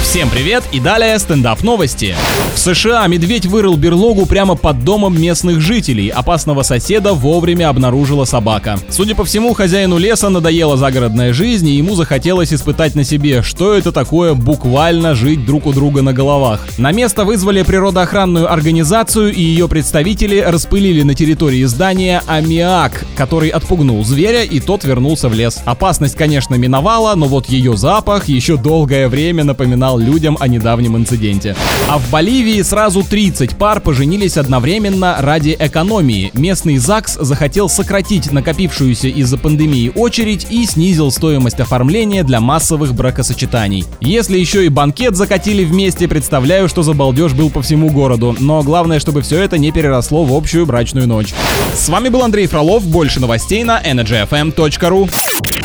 Всем привет и далее стендап новости. В США медведь вырыл берлогу прямо под домом местных жителей. Опасного соседа вовремя обнаружила собака. Судя по всему, хозяину леса надоела загородная жизнь, и ему захотелось испытать на себе, что это такое буквально жить друг у друга на головах. На место вызвали природоохранную организацию, и ее представители распылили на территории здания аммиак, который отпугнул зверя, и тот вернулся в лес. Опасность, конечно, миновала, но вот ее запах еще долгое время напоминал людям о недавнем инциденте. А в Боливии сразу 30 пар поженились одновременно ради экономии. Местный ЗАГС захотел сократить накопившуюся из-за пандемии очередь и снизил стоимость оформления для массовых бракосочетаний. Если еще и банкет закатили вместе, представляю, что за балдеж был по всему городу. Но главное, чтобы все это не переросло в общую брачную ночь. С вами был Андрей Фролов. Больше новостей на energyfm.ru.